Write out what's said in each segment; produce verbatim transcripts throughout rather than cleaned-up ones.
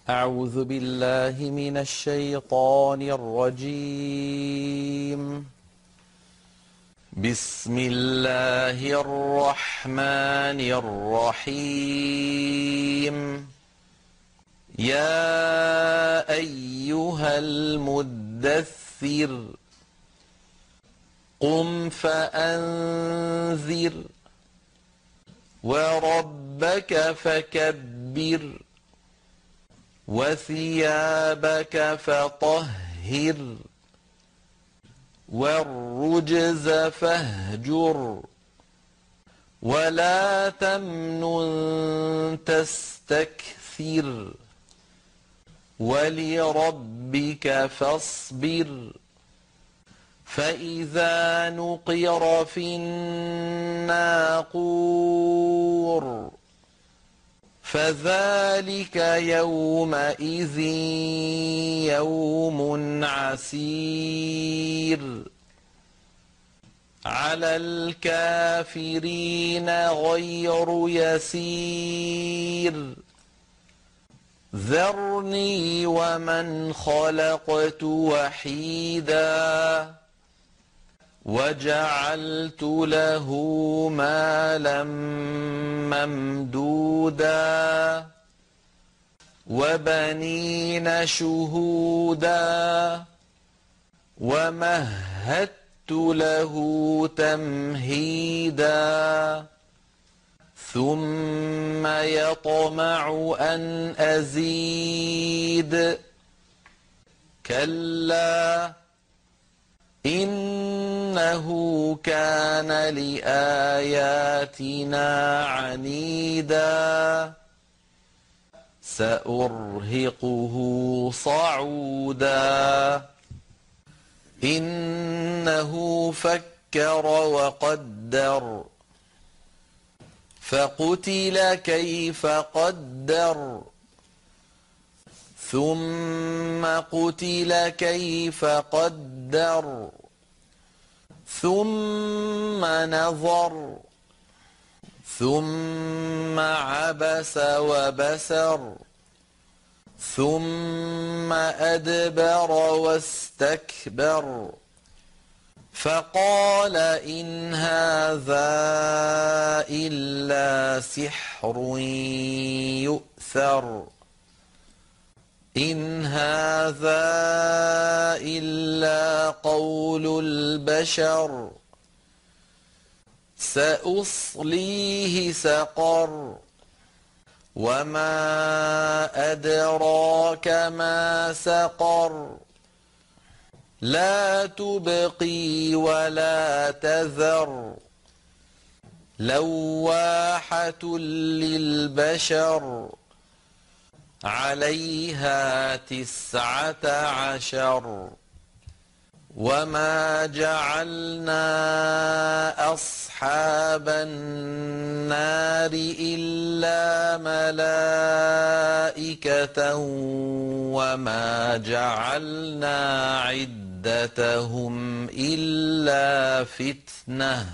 أعوذ بالله من الشيطان الرجيم. بسم الله الرحمن الرحيم. يا أيها المدثر قم فأنذر وربك فكبر وثيابك فطهر والرجز فاهجر ولا تمنن تستكثر ولربك فاصبر فإذا نقر في الناقور فذلك يومئذ يوم عسير على الكافرين غير يسير ذرني ومن خلقت وحيدا وجعلت له مالا ممدودا وبنين شهودا ومهدت له تمهيدا ثم يطمع أن أزيد كلا إنه كان لآياتنا عنيدا سأرهقه صعودا إنه فكر وقدر فقتل كيف قدر ثم قتل كيف قدر ثم نظر ثم عبس وبسر ثم أدبر واستكبر فقال إن هذا إلا سحر يؤثر إن هذا إلا قول البشر سأصليه سقر وما أدراك ما سقر لا تبقي ولا تذر لواحة للبشر عليها تسعة عشر وما جعلنا أصحاب النار إلا ملائكة وما جعلنا عدتهم إلا فتنة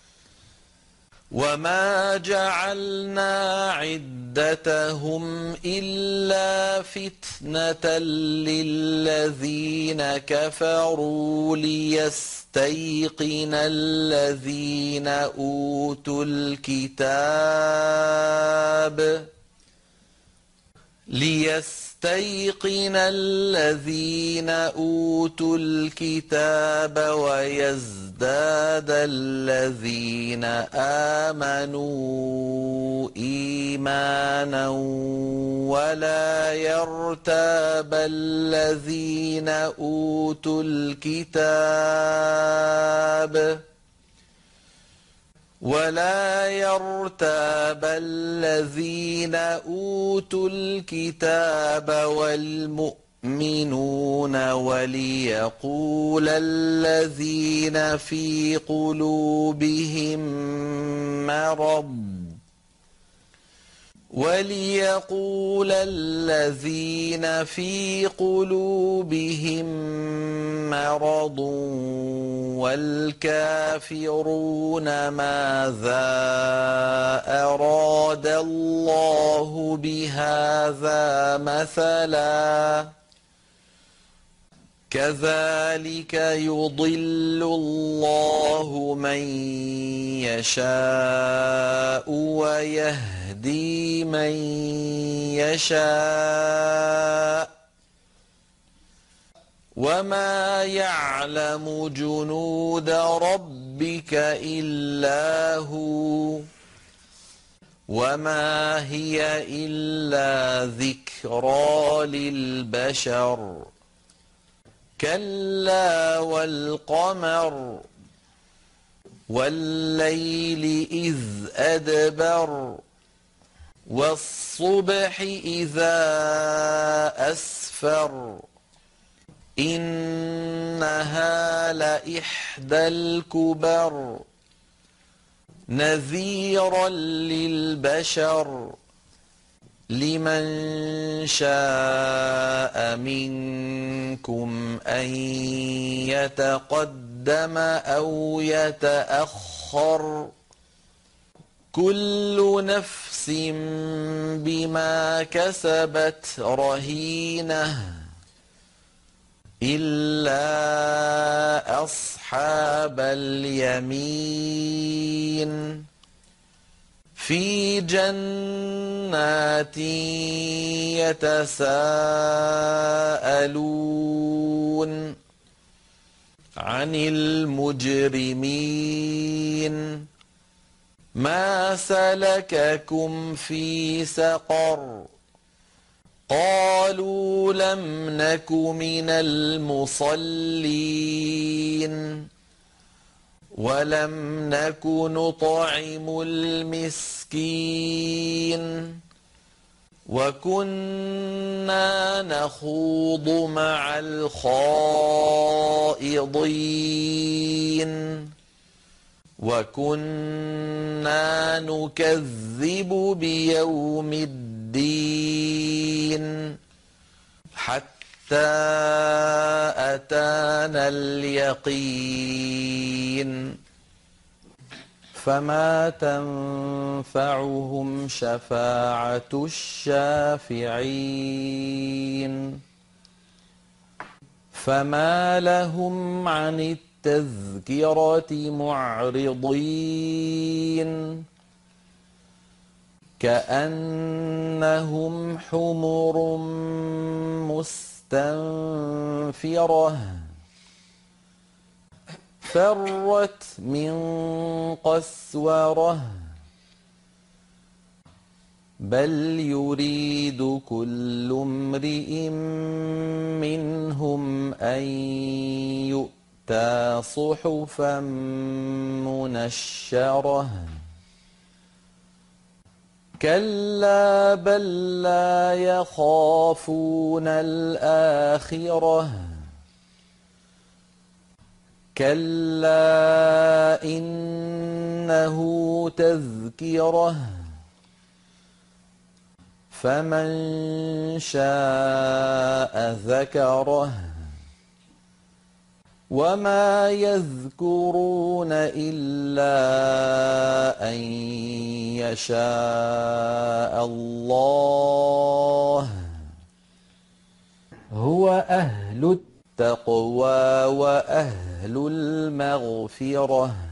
وما جعلنا عدتهم إلا فتنة للذين كفروا ليستيقن الذين أوتوا الكتاب ليستيقن الذين أوتوا الكتاب ويزداد الذين آمنوا إيمانا ولا يرتاب الذين أوتوا الكتاب ولا يرتاب الذين أوتوا الكتاب والمؤمنون وليقول الذين في قلوبهم مرض وليقول الذين في قلوبهم مرض والكافرون ماذا أراد الله بهذا مثلا كذلك يضل الله من يشاء ويهدي من يشاء وما يعلم جنود ربك إلا هو وما هي إلا ذكرى للبشر كلا والقمر والليل إذ أدبر والصبح إذا أسفر إنها لإحدى الكبر نذيرا للبشر لمن شاء منكم أن يتقدم أو يتأخر كل نفس بما كسبت رهينة إلا أصحاب اليمين في جنات يتساءلون عن المجرمين ما سلككم في سقر قالوا لم نك من المصلين ولم نك نطعم المسكين وكنا نخوض مع الخائضين وكنا نكذب بيوم الدين حتى أتانا اليقين فما تنفعهم شفاعة الشافعين فما لهم عن التذكرة معرضين كأنهم حمر مستنفرة فرت من قسورة بل يريد كل امرئ منهم أن يؤتى صحفا منشرة كلا بل لا يخافون الآخرة كلا إنه تذكرة فمن شاء ذكره وما يذكرون إلا أن يشاء الله هو أهل التقوى وأهل المغفرة